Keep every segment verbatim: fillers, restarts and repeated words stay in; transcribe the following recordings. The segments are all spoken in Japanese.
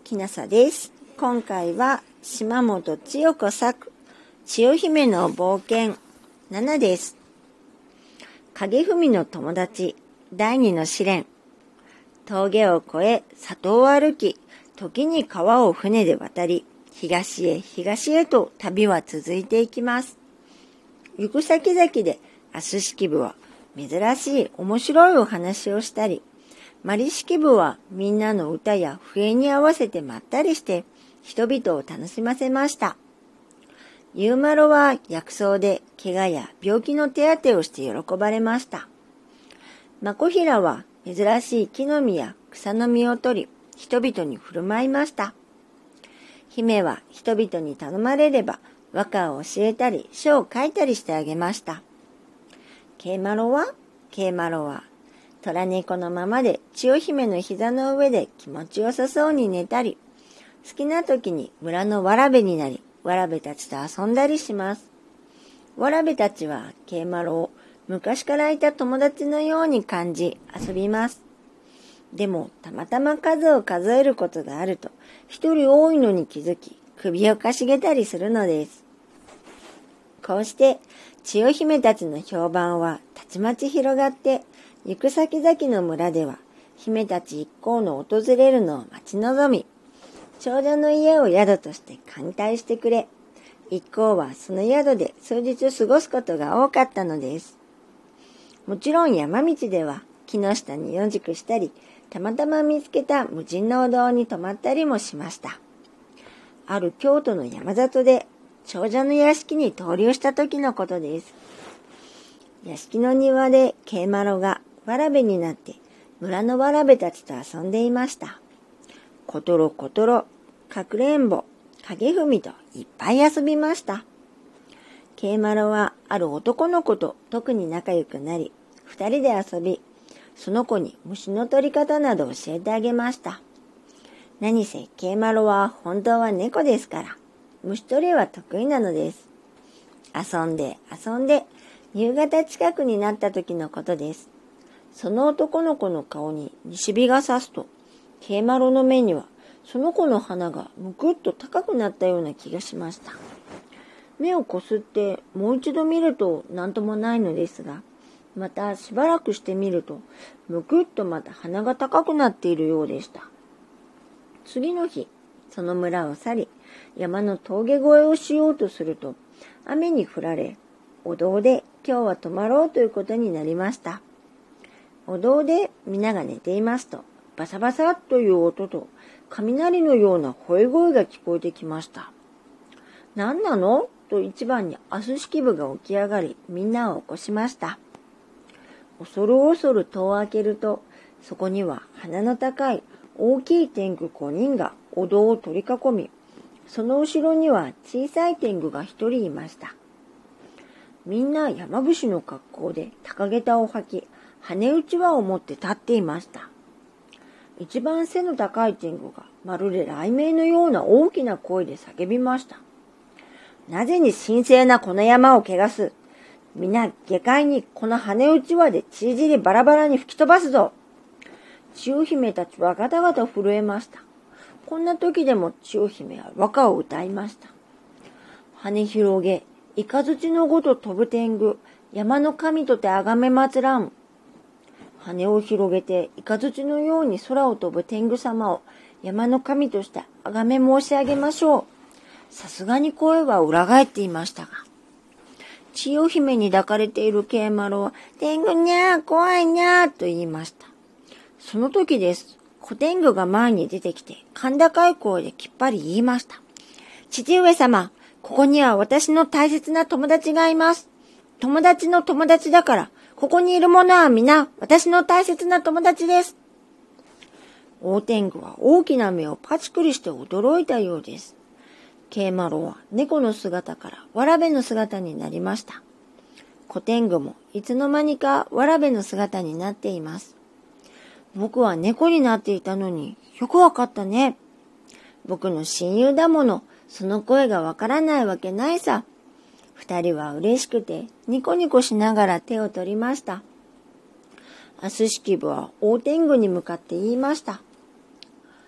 きなさです。今回は島本千代子作千代姫の冒険ななです。影文の友達第二の試練。峠を越え里を歩き、時に川を船で渡り、東へ東へと旅は続いていきます。行く先々で明日式部は珍しい面白いお話をしたり、マリ式部はみんなの歌や笛に合わせてまったりして人々を楽しませました。ゆうまろは薬草で怪我や病気の手当てをして喜ばれました。まこひらは珍しい木の実や草の実を取り人々に振る舞いました。姫は人々に頼まれれば和歌を教えたり書を書いたりしてあげました。けいまろはけいまろは虎猫のままで千代姫の膝の上で気持ちよさそうに寝たり、好きな時に村のわらべになり、わらべたちと遊んだりします。わらべたちはけいまろを昔からいた友達のように感じ遊びます。でもたまたま数を数えることがあると、一人多いのに気づき、首をかしげたりするのです。こうして千代姫たちの評判はたちまち広がって、行く先々の村では姫たち一行の訪れるのを待ち望み、長者の家を宿として歓待してくれ、一行はその宿で数日過ごすことが多かったのです。もちろん山道では木の下に野宿したり、たまたま見つけた無人のお堂に泊まったりもしました。ある京都の山里で長者の屋敷に投留した時のことです。屋敷の庭でけいまろがわらべになって村のわらべたちと遊んでいました。ことろことろ、かくれんぼ、影踏みといっぱい遊びました。けいまろはある男の子と特に仲良くなり、二人で遊び、その子に虫の取り方など教えてあげました。何せけいまろは本当は猫ですから、虫取りは得意なのです。遊んで遊んで、夕方近くになった時のことです。その男の子の顔に西日が差すと、けいまろの目にはその子の鼻がむくっと高くなったような気がしました。目をこすってもう一度見ると何ともないのですが、またしばらくしてみると、むくっとまた鼻が高くなっているようでした。次の日、その村を去り、山の峠越えをしようとすると、雨に降られ、お堂で今日は泊まろうということになりました。お堂で皆が寝ていますと、バサバサという音と雷のような吠え声が聞こえてきました。何なのと一番に明日式部が起き上がり、みんなを起こしました。恐る恐る戸を開けると、そこには鼻の高い大きい天狗ごにんがお堂を取り囲み、その後ろには小さい天狗が一人いました。みんな山伏の格好で高げたを履き、羽うちわを持って立っていました。一番背の高い天狗がまるで雷鳴のような大きな声で叫びました。なぜに神聖なこの山を汚す。皆下界にこの羽うちわでちりぢりバラバラに吹き飛ばすぞ。千代姫たちはガタガタ震えました。こんな時でも千代姫は和歌を歌いました。羽広げ、イカズチのごと飛ぶ天狗、山の神とてあがめ祭らん。羽を広げてイカズチのように空を飛ぶ天狗様を山の神としてあがめ申し上げましょう。さすがに声は裏返っていましたが、千代姫に抱かれているけいまろは、天狗にゃー、怖いにゃーと言いました。その時です。小天狗が前に出てきて、甲高い声できっぱり言いました。父上様、ここには私の大切な友達がいます。友達の友達だから、ここにいる者は皆、私の大切な友達です。大天狗は大きな目をパチクリして驚いたようです。けいまろは猫の姿からわらべの姿になりました。小天狗もいつの間にかわらべの姿になっています。僕は猫になっていたのによくわかったね。僕の親友だもの、その声がわからないわけないさ。二人は嬉しくてニコニコしながら手を取りました。明日式部は大天狗に向かって言いました。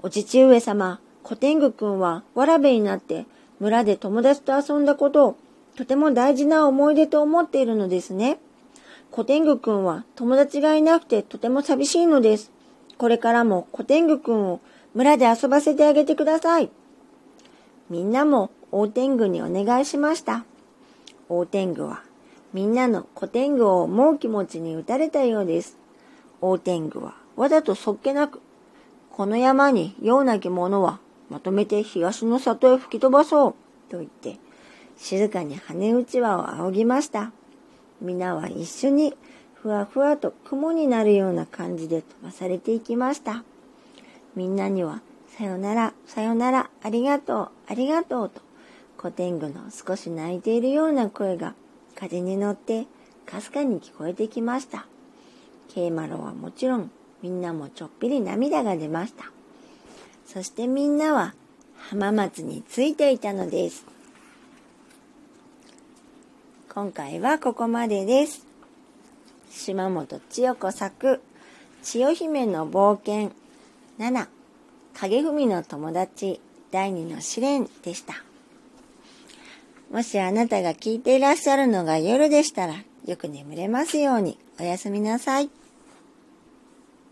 お父上様、コテング君はわらべになって村で友達と遊んだことをとても大事な思い出と思っているのですね。コテング君は友達がいなくてとても寂しいのです。これからもコテング君を村で遊ばせてあげてください。みんなもオーテングにお願いしました。オーテングはみんなのコテングを思う気持ちに打たれたようです。オーテングはわざとそっけなく、この山に用なきものはまとめて東の里へ吹き飛ばそうと言って静かに羽うちわを仰ぎました。皆は一緒にふわふわと雲になるような感じで飛ばされていきました。みんなにはさよなら、さよなら、ありがとう、ありがとうとコテングの少し泣いているような声が風に乗ってかすかに聞こえてきました。ケイマロはもちろんみんなもちょっぴり涙が出ました。そしてみんなは浜松についていたのです。今回はここまでです。島本千代子作千代姫の冒険なな影文の友達だいにの試練でした。もしあなたが聞いていらっしゃるのが夜でしたらよく眠れますようにおやすみなさい。